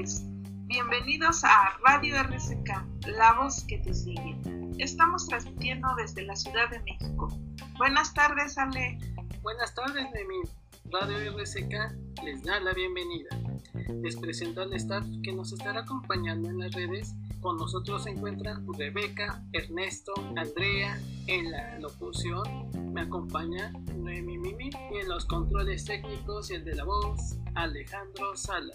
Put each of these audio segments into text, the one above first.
tardes. Bienvenidos a Radio RCK, la voz que te sigue. Estamos transmitiendo desde la Ciudad de México. Buenas tardes, Ale. Buenas tardes, Nemi. Radio RCK les da la bienvenida. Les presento al staff que nos estará acompañando en las redes. Con nosotros se encuentran Rebeca, Ernesto, Andrea. En la locución me acompaña Noemi Mimi y en los controles técnicos y el de la voz, Alejandro Salas.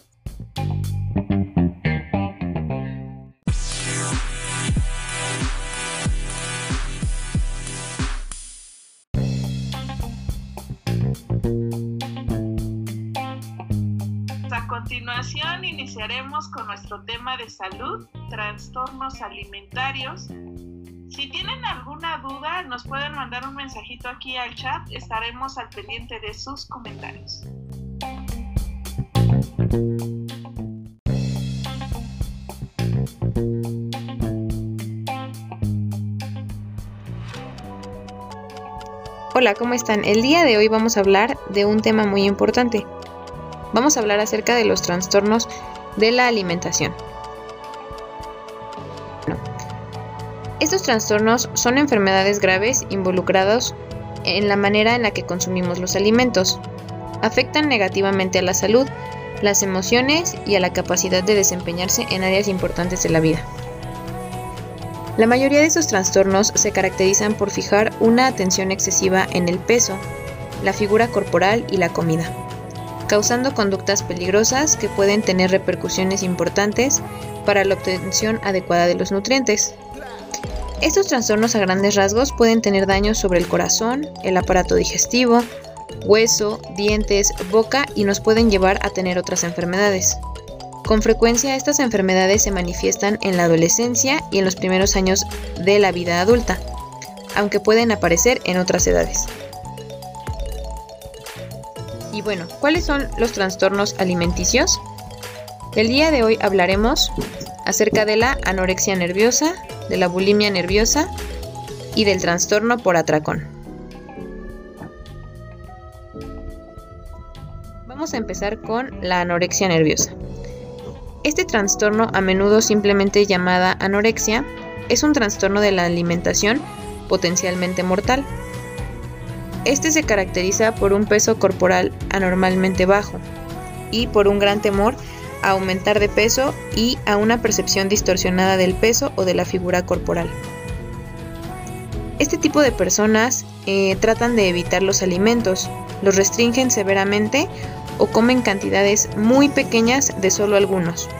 A continuación iniciaremos con nuestro tema de salud, trastornos alimentarios. Si tienen alguna duda, nos pueden mandar un mensajito aquí al chat, estaremos al pendiente de sus comentarios. Hola, ¿cómo están? El día de hoy vamos a hablar de un tema muy importante. Vamos a hablar acerca de los trastornos de la alimentación. Estos trastornos son enfermedades graves involucradas en la manera en la que consumimos los alimentos. Afectan negativamente a la salud, las emociones y a la capacidad de desempeñarse en áreas importantes de la vida. La mayoría de estos trastornos se caracterizan por fijar una atención excesiva en el peso, la figura corporal y la comida, causando conductas peligrosas que pueden tener repercusiones importantes para la obtención adecuada de los nutrientes. Estos trastornos a grandes rasgos pueden tener daños sobre el corazón, el aparato digestivo, hueso, dientes, boca y nos pueden llevar a tener otras enfermedades. Con frecuencia estas enfermedades se manifiestan en la adolescencia y en los primeros años de la vida adulta, aunque pueden aparecer en otras edades. Y bueno, ¿cuáles son los trastornos alimenticios? El día de hoy hablaremos acerca de la anorexia nerviosa, de la bulimia nerviosa y del trastorno por atracón. Vamos a empezar con la anorexia nerviosa. Este trastorno, a menudo simplemente llamada anorexia, es un trastorno de la alimentación potencialmente mortal. Este se caracteriza por un peso corporal anormalmente bajo y por un gran temor a aumentar de peso y a una percepción distorsionada del peso o de la figura corporal. Este tipo de personas tratan de evitar los alimentos, los restringen severamente o comen cantidades muy pequeñas de solo algunos.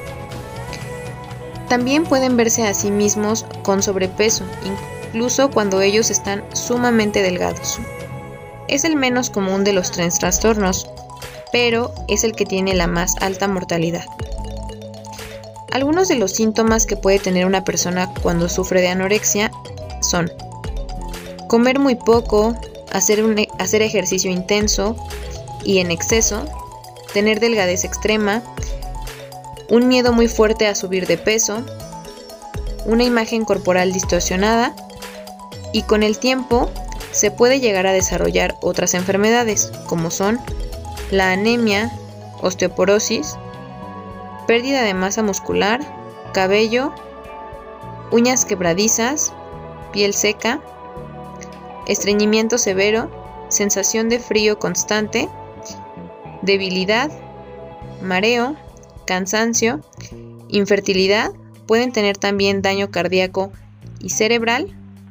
También pueden verse a sí mismos con sobrepeso, incluso cuando ellos están sumamente delgados. Es el menos común de los tres trastornos, pero es el que tiene la más alta mortalidad. Algunos de los síntomas que puede tener una persona cuando sufre de anorexia son comer muy poco, hacer ejercicio intenso y en exceso, tener delgadez extrema, un miedo muy fuerte a subir de peso, una imagen corporal distorsionada y con el tiempo se puede llegar a desarrollar otras enfermedades como son la anemia, osteoporosis, pérdida de masa muscular, cabello, uñas quebradizas, piel seca, estreñimiento severo, sensación de frío constante, debilidad, mareo, cansancio, infertilidad, pueden tener también daño cardíaco y cerebral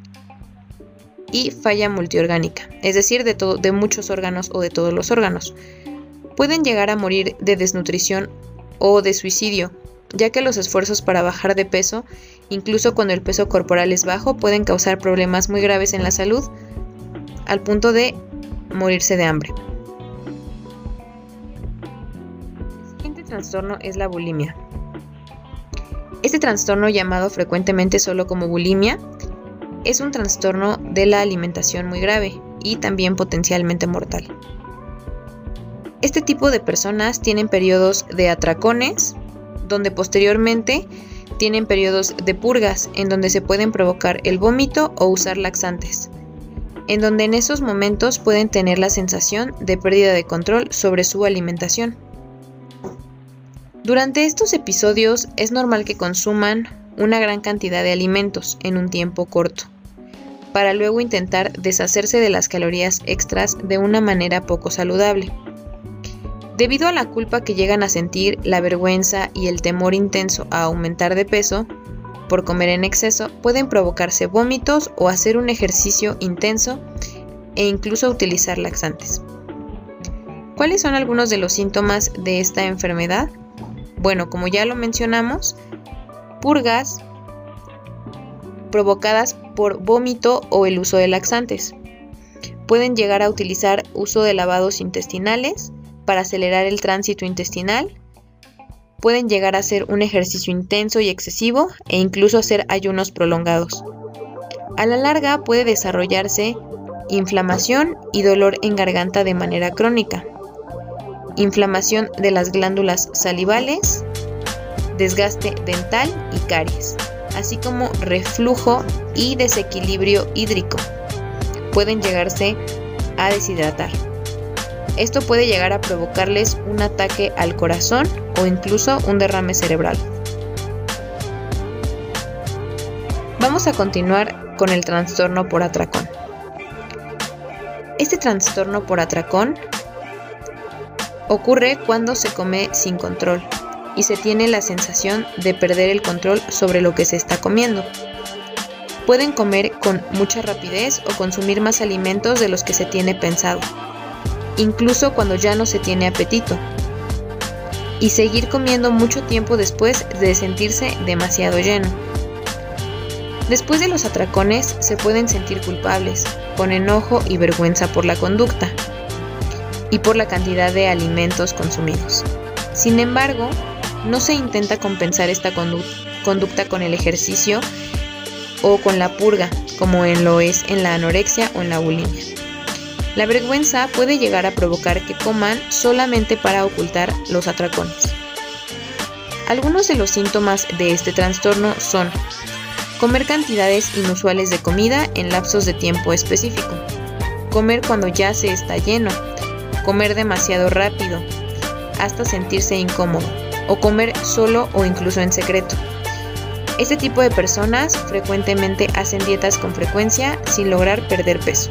y falla multiorgánica, es decir, de muchos órganos o de todos los órganos. Pueden llegar a morir de desnutrición o de suicidio, ya que los esfuerzos para bajar de peso, incluso cuando el peso corporal es bajo, pueden causar problemas muy graves en la salud, al punto de morirse de hambre. El siguiente trastorno es la bulimia. Este trastorno, llamado frecuentemente solo como bulimia, es un trastorno de la alimentación muy grave y también potencialmente mortal. Este tipo de personas tienen periodos de atracones, donde posteriormente tienen periodos de purgas, en donde se pueden provocar el vómito o usar laxantes, en donde en esos momentos pueden tener la sensación de pérdida de control sobre su alimentación. Durante estos episodios es normal que consuman una gran cantidad de alimentos en un tiempo corto, para luego intentar deshacerse de las calorías extras de una manera poco saludable. Debido a la culpa que llegan a sentir, la vergüenza y el temor intenso a aumentar de peso por comer en exceso, pueden provocarse vómitos o hacer un ejercicio intenso e incluso utilizar laxantes. ¿Cuáles son algunos de los síntomas de esta enfermedad? Bueno, como ya lo mencionamos, purgas provocadas por vómito o el uso de laxantes. Pueden llegar a utilizar uso de lavados intestinales para acelerar el tránsito intestinal. Pueden llegar a hacer un ejercicio intenso y excesivo e incluso hacer ayunos prolongados. A la larga puede desarrollarse inflamación y dolor en garganta de manera crónica, inflamación de las glándulas salivales, desgaste dental y caries, así como reflujo y desequilibrio hídrico. Pueden llegarse a deshidratar. Esto puede llegar a provocarles un ataque al corazón o incluso un derrame cerebral. Vamos a continuar con el trastorno por atracón. Este trastorno por atracón ocurre cuando se come sin control y se tiene la sensación de perder el control sobre lo que se está comiendo. Pueden comer con mucha rapidez o consumir más alimentos de los que se tiene pensado, incluso cuando ya no se tiene apetito, y seguir comiendo mucho tiempo después de sentirse demasiado lleno. Después de los atracones se pueden sentir culpables, con enojo y vergüenza por la conducta y por la cantidad de alimentos consumidos. Sin embargo, no se intenta compensar esta conducta con el ejercicio o con la purga, como lo es en la anorexia o en la bulimia. La vergüenza puede llegar a provocar que coman solamente para ocultar los atracones. Algunos de los síntomas de este trastorno son comer cantidades inusuales de comida en lapsos de tiempo específico, comer cuando ya se está lleno, comer demasiado rápido hasta sentirse incómodo, o comer solo o incluso en secreto. Este tipo de personas frecuentemente hacen dietas con frecuencia sin lograr perder peso.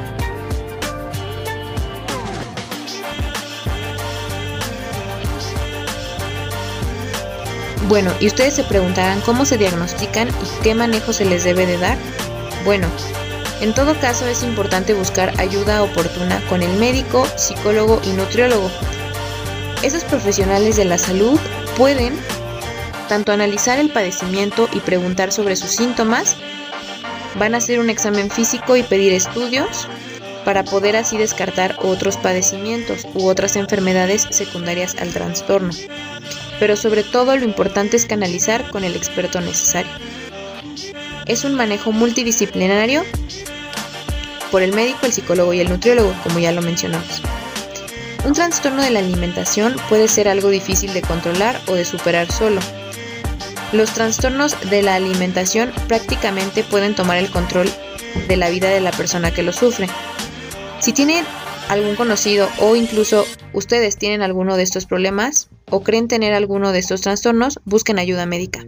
Bueno, y ustedes se preguntarán cómo se diagnostican y qué manejo se les debe de dar. Bueno, en todo caso es importante buscar ayuda oportuna con el médico, psicólogo y nutriólogo. Esos profesionales de la salud pueden tanto analizar el padecimiento y preguntar sobre sus síntomas, van a hacer un examen físico y pedir estudios para poder así descartar otros padecimientos u otras enfermedades secundarias al trastorno. Pero sobre todo lo importante es canalizar con el experto necesario. Es un manejo multidisciplinario por el médico, el psicólogo y el nutriólogo, como ya lo mencionamos. Un trastorno de la alimentación puede ser algo difícil de controlar o de superar solo. Los trastornos de la alimentación prácticamente pueden tomar el control de la vida de la persona que lo sufre. Si tienen algún conocido o incluso ustedes tienen alguno de estos problemas o creen tener alguno de estos trastornos, busquen ayuda médica.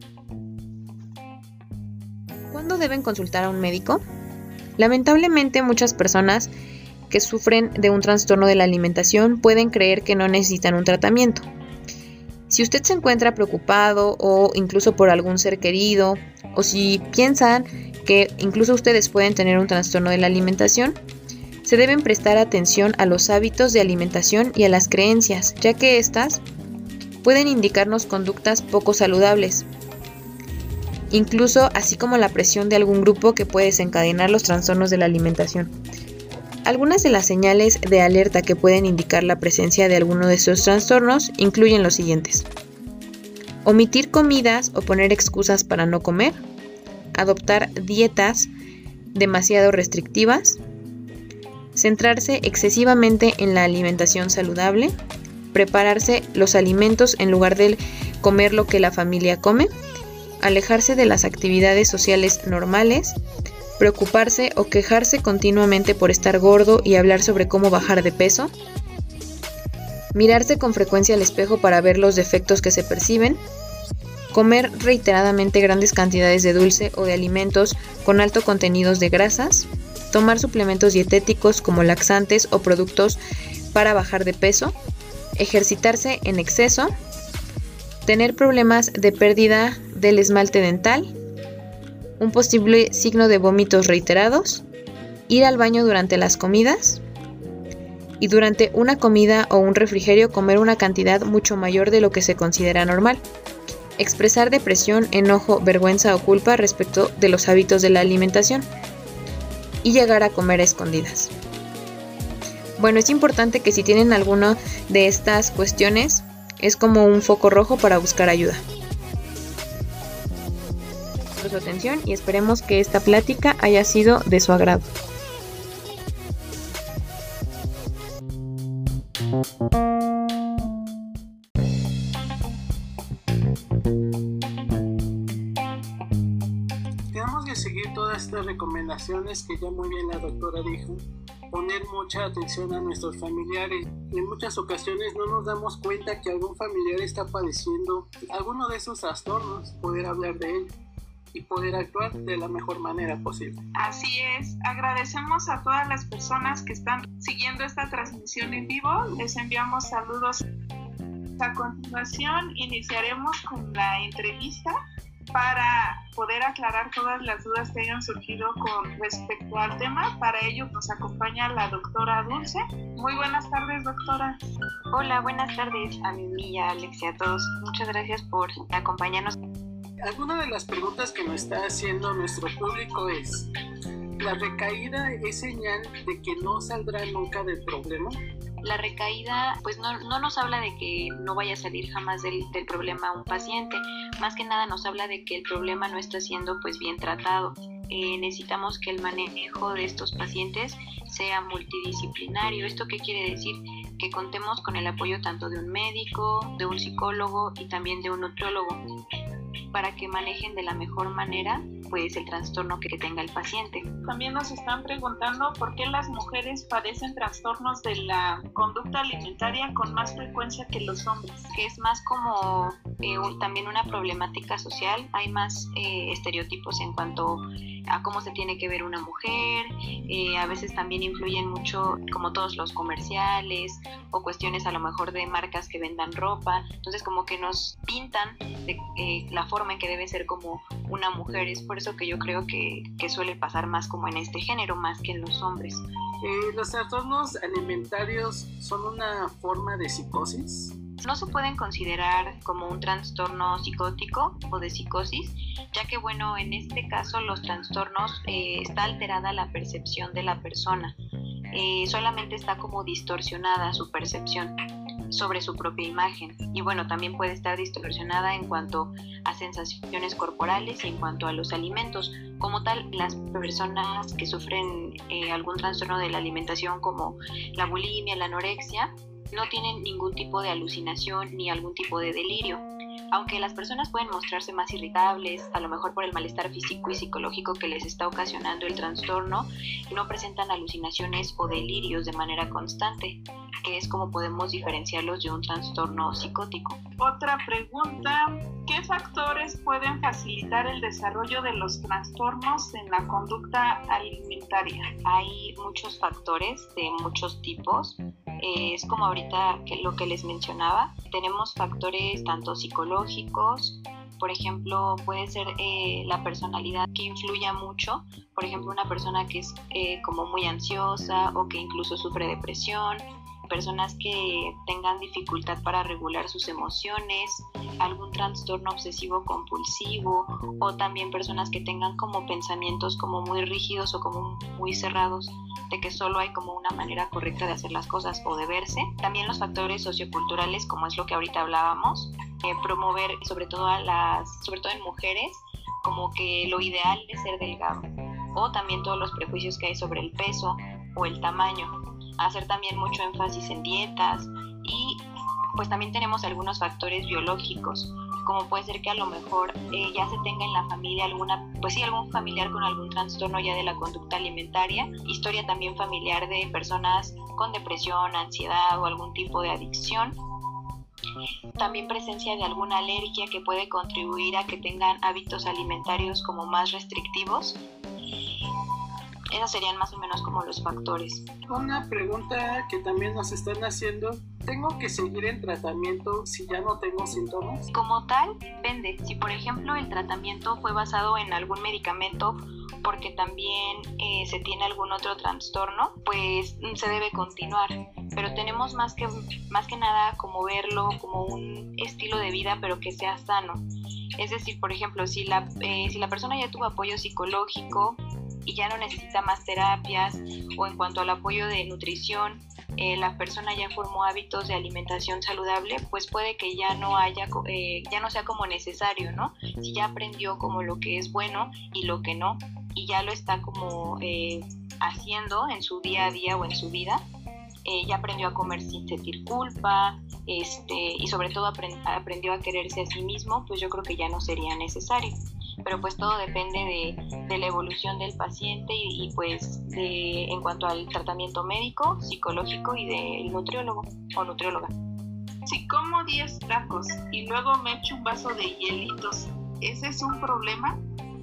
¿Cuándo deben consultar a un médico? Lamentablemente, muchas personas que sufren de un trastorno de la alimentación pueden creer que no necesitan un tratamiento. Si usted se encuentra preocupado o incluso por algún ser querido, o si piensan que incluso ustedes pueden tener un trastorno de la alimentación, se deben prestar atención a los hábitos de alimentación y a las creencias, ya que estas pueden indicarnos conductas poco saludables, incluso así como la presión de algún grupo que puede desencadenar los trastornos de la alimentación. Algunas de las señales de alerta que pueden indicar la presencia de alguno de estos trastornos incluyen los siguientes: omitir comidas o poner excusas para no comer, adoptar dietas demasiado restrictivas, centrarse excesivamente en la alimentación saludable, prepararse los alimentos en lugar de comer lo que la familia come, alejarse de las actividades sociales normales, preocuparse o quejarse continuamente por estar gordo y hablar sobre cómo bajar de peso, mirarse con frecuencia al espejo para ver los defectos que se perciben, comer reiteradamente grandes cantidades de dulce o de alimentos con alto contenido de grasas, tomar suplementos dietéticos como laxantes o productos para bajar de peso, ejercitarse en exceso, tener problemas de pérdida del esmalte dental, un posible signo de vómitos reiterados, ir al baño durante las comidas y durante una comida o un refrigerio comer una cantidad mucho mayor de lo que se considera normal, expresar depresión, enojo, vergüenza o culpa respecto de los hábitos de la alimentación y llegar a comer a escondidas. Bueno, es importante que si tienen alguna de estas cuestiones, es como un foco rojo para buscar ayuda. Gracias por su atención y esperemos que esta plática haya sido de su agrado. Tenemos que seguir todas estas recomendaciones que ya muy bien la doctora dijo, poner mucha atención a nuestros familiares. En muchas ocasiones no nos damos cuenta que algún familiar está padeciendo alguno de esos trastornos, poder hablar de él y poder actuar de la mejor manera posible. Así es, agradecemos a todas las personas que están siguiendo esta transmisión en vivo, les enviamos saludos. A continuación iniciaremos con la entrevista para poder aclarar todas las dudas que hayan surgido con respecto al tema. Para ello nos acompaña la doctora Dulce. Muy buenas tardes, doctora. Hola, buenas tardes a Mimi y a Alex y a todos. Muchas gracias por acompañarnos. Alguna de las preguntas que nos está haciendo nuestro público es: ¿la recaída es señal de que no saldrá nunca del problema? La recaída pues no nos habla de que no vaya a salir jamás del problema un paciente, más que nada nos habla de que el problema no está siendo pues bien tratado. Necesitamos que el manejo de estos pacientes sea multidisciplinario. ¿Esto qué quiere decir? Que contemos con el apoyo tanto de un médico, de un psicólogo y también de un nutriólogo, para que manejen de la mejor manera pues el trastorno que tenga el paciente. También nos están preguntando por qué las mujeres padecen trastornos de la conducta alimentaria con más frecuencia que los hombres. Que es más como también una problemática social. Hay más estereotipos en cuanto a cómo se tiene que ver una mujer. A veces también influyen mucho como todos los comerciales o cuestiones a lo mejor de marcas que vendan ropa. Entonces como que nos pintan de la forma en que debe ser como una mujer. Es por eso que yo creo que suele pasar más como en este género más que en los hombres. ¿Los trastornos alimentarios son una forma de psicosis? No se pueden considerar como un trastorno psicótico o de psicosis, ya que bueno, en este caso los trastornos está alterada la percepción de la persona, solamente está como distorsionada su percepción sobre su propia imagen, y bueno, también puede estar distorsionada en cuanto a sensaciones corporales y en cuanto a los alimentos. Como tal, las personas que sufren algún trastorno de la alimentación como la bulimia, la anorexia, no tienen ningún tipo de alucinación ni algún tipo de delirio. Aunque las personas pueden mostrarse más irritables, a lo mejor por el malestar físico y psicológico que les está ocasionando el trastorno, no presentan alucinaciones o delirios de manera constante, que es como podemos diferenciarlos de un trastorno psicótico. Otra pregunta: ¿qué factores pueden facilitar el desarrollo de los trastornos en la conducta alimentaria? Hay muchos factores de muchos tipos. Es como ahorita lo que les mencionaba. Tenemos factores tanto psicológicos, por ejemplo, puede ser la personalidad que influya mucho. Por ejemplo, una persona que es como muy ansiosa o que incluso sufre depresión, personas que tengan dificultad para regular sus emociones, algún trastorno obsesivo compulsivo, o también personas que tengan como pensamientos como muy rígidos o como muy cerrados, de que solo hay como una manera correcta de hacer las cosas o de verse. También los factores socioculturales, como es lo que ahorita hablábamos, promover sobre todo en mujeres, como que lo ideal es ser delgado, o también todos los prejuicios que hay sobre el peso o el tamaño. Hacer también mucho énfasis en dietas, y pues también tenemos algunos factores biológicos, como puede ser que a lo mejor ya se tenga en la familia algún familiar con algún trastorno ya de la conducta alimentaria, historia también familiar de personas con depresión, ansiedad o algún tipo de adicción. También presencia de alguna alergia que puede contribuir a que tengan hábitos alimentarios como más restrictivos. Esos serían más o menos como los factores. Una pregunta que también nos están haciendo: ¿tengo que seguir en tratamiento si ya no tengo síntomas? Como tal, depende. Si por ejemplo el tratamiento fue basado en algún medicamento porque también se tiene algún otro trastorno, pues se debe continuar. Pero tenemos más que nada como verlo como un estilo de vida, pero que sea sano. Es decir, por ejemplo, si la persona ya tuvo apoyo psicológico y ya no necesita más terapias, o en cuanto al apoyo de nutrición, la persona ya formó hábitos de alimentación saludable, pues puede que ya no sea como necesario, ¿no? Si ya aprendió como lo que es bueno y lo que no, y ya lo está como haciendo en su día a día o en su vida, ya aprendió a comer sin sentir culpa, y sobre todo aprendió a quererse a sí mismo, pues yo creo que ya no sería necesario. Pero pues todo depende de la evolución del paciente y pues en cuanto al tratamiento médico, psicológico y del nutriólogo o nutrióloga. Si como 10 tacos y luego me echo un vaso de hielitos, ¿ese es un problema?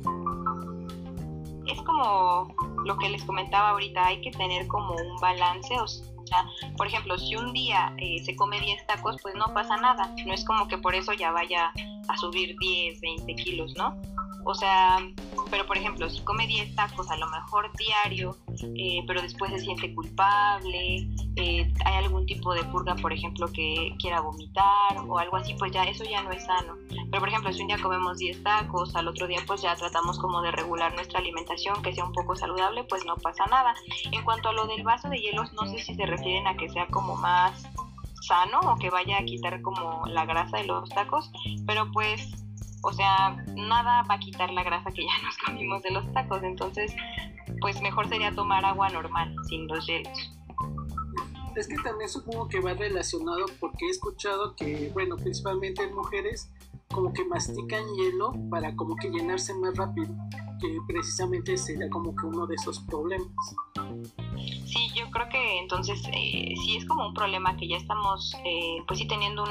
Es como lo que les comentaba ahorita, hay que tener como un balance, o sea, por ejemplo, si un día se come 10 tacos, pues no pasa nada, no es como que por eso ya vaya a subir 10, 20 kilos, ¿no? O sea, pero por ejemplo, si come 10 tacos a lo mejor diario, pero después se siente culpable, hay algún tipo de purga, por ejemplo, que quiera vomitar o algo así, pues ya eso ya no es sano. Pero por ejemplo, si un día comemos 10 tacos, al otro día pues ya tratamos como de regular nuestra alimentación, que sea un poco saludable, pues no pasa nada. En cuanto a lo del vaso de hielos, no sé si se refieren a que sea como más sano o que vaya a quitar como la grasa de los tacos, pero pues, o sea, nada va a quitar la grasa que ya nos comimos de los tacos, entonces pues mejor sería tomar agua normal, sin los hielos. Es que también supongo que va relacionado, porque he escuchado que, bueno, principalmente en mujeres, como que mastican hielo para como que llenarse más rápido, que precisamente sería como que uno de esos problemas. Sí, yo creo que entonces sí es como un problema que ya estamos pues sí teniendo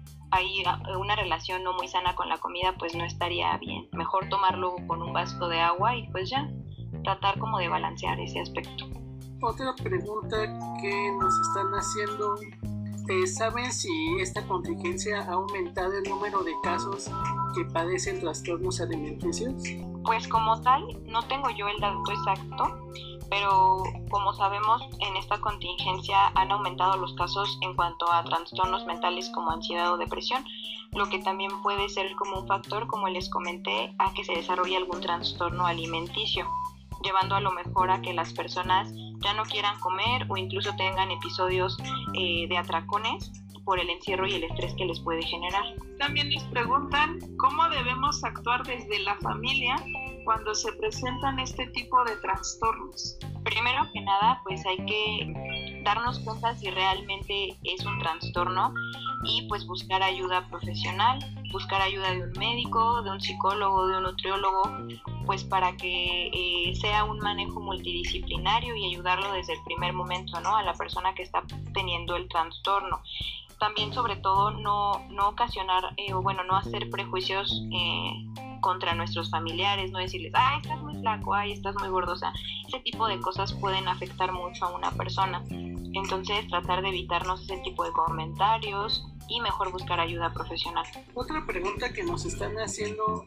una relación no muy sana con la comida, pues no estaría bien. Mejor tomarlo con un vaso de agua y pues ya tratar como de balancear ese aspecto. Otra pregunta que nos están haciendo: ¿saben si esta contingencia ha aumentado el número de casos que padecen trastornos alimenticios? Pues como tal, no tengo yo el dato exacto, pero como sabemos, en esta contingencia han aumentado los casos en cuanto a trastornos mentales como ansiedad o depresión, lo que también puede ser como un factor, como les comenté, a que se desarrolle algún trastorno alimenticio, llevando a lo mejor a que las personas ya no quieran comer o incluso tengan episodios de atracones por el encierro y el estrés que les puede generar. También nos preguntan cómo debemos actuar desde la familia cuando se presentan este tipo de trastornos. Primero que nada, pues hay que darnos cuenta si realmente es un trastorno y pues buscar ayuda profesional, buscar ayuda de un médico, de un psicólogo, de un nutriólogo, pues para que sea un manejo multidisciplinario y ayudarlo desde el primer momento, ¿no? A la persona que está teniendo el trastorno. También, sobre todo, no ocasionar no hacer prejuicios contra nuestros familiares, no decirles, ay, estás muy flaco, ay, estás muy gordo, o sea, ese tipo de cosas pueden afectar mucho a una persona. Entonces, tratar de evitarnos ese tipo de comentarios y mejor buscar ayuda profesional. Otra pregunta que nos están haciendo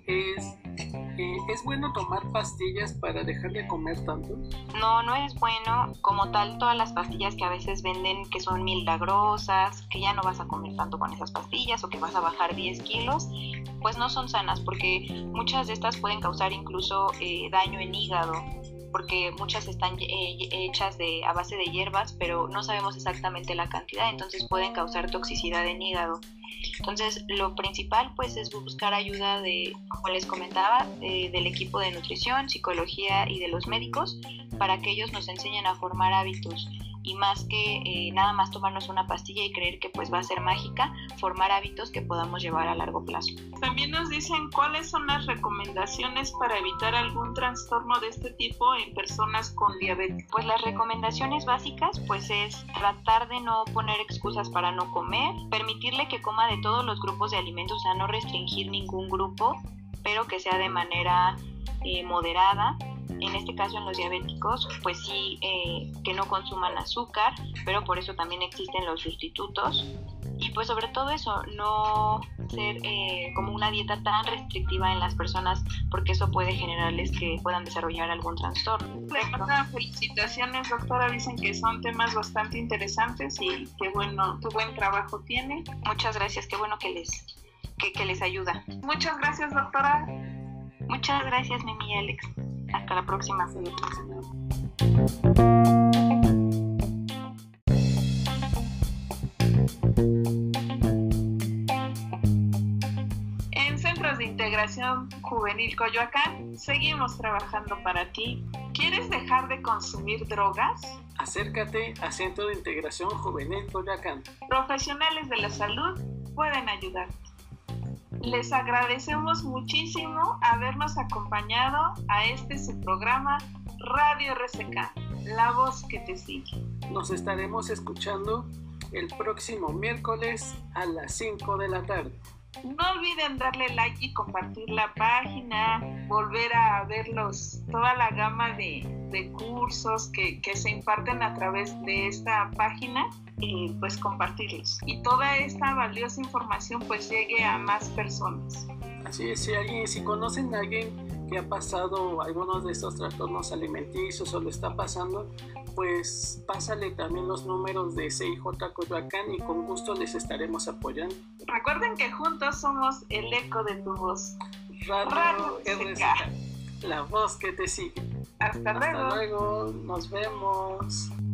¿es bueno tomar pastillas para dejar de comer tanto? No es bueno. Como tal, todas las pastillas que a veces venden que son milagrosas, que ya no vas a comer tanto con esas pastillas o que vas a bajar 10 kilos, pues no son sanas, porque muchas de estas pueden causar incluso daño en hígado, porque muchas están hechas a base de hierbas, pero no sabemos exactamente la cantidad, entonces pueden causar toxicidad en hígado. Entonces, lo principal pues es buscar ayuda como les comentaba, del equipo de nutrición, psicología y de los médicos, para que ellos nos enseñen a formar hábitos y más que nada más tomarnos una pastilla y creer que pues va a ser mágica, formar hábitos que podamos llevar a largo plazo. También nos dicen cuáles son las recomendaciones para evitar algún trastorno de este tipo en personas con diabetes. Pues las recomendaciones básicas pues es tratar de no poner excusas para no comer, permitirle que coma de todos los grupos de alimentos, o sea, no restringir ningún grupo, pero que sea de manera moderada. En este caso en los diabéticos, pues sí, que no consuman azúcar, pero por eso también existen los sustitutos. Y pues sobre todo eso, no ser como una dieta tan restrictiva en las personas, porque eso puede generarles que puedan desarrollar algún trastorno. Felicitaciones, doctora, dicen que son temas bastante interesantes y qué bueno, qué buen trabajo tiene. Muchas gracias, qué bueno que les ayuda. Muchas gracias, doctora. Muchas gracias, Mimi y Alex. Hasta la próxima. Hasta la próxima. En Centros de Integración Juvenil Coyoacán, seguimos trabajando para ti. ¿Quieres dejar de consumir drogas? Acércate a Centro de Integración Juvenil Coyoacán. Profesionales de la salud pueden ayudarte. Les agradecemos muchísimo habernos acompañado a su programa Radio RCK, la voz que te sigue. Nos estaremos escuchando el próximo miércoles a las 5 de la tarde. No olviden darle like y compartir la página, volver a ver toda la gama de cursos que se imparten a través de esta página, y pues compartirlos. Y toda esta valiosa información pues llegue a más personas. Así es, si conocen a alguien que ha pasado algunos de estos trastornos alimenticios o lo está pasando, pues pásale también los números de CIJ Coyoacán y con gusto les estaremos apoyando. Recuerden que juntos somos el eco de tu voz. Radio RCK, la voz que te sigue. Hasta luego. Hasta luego, nos vemos.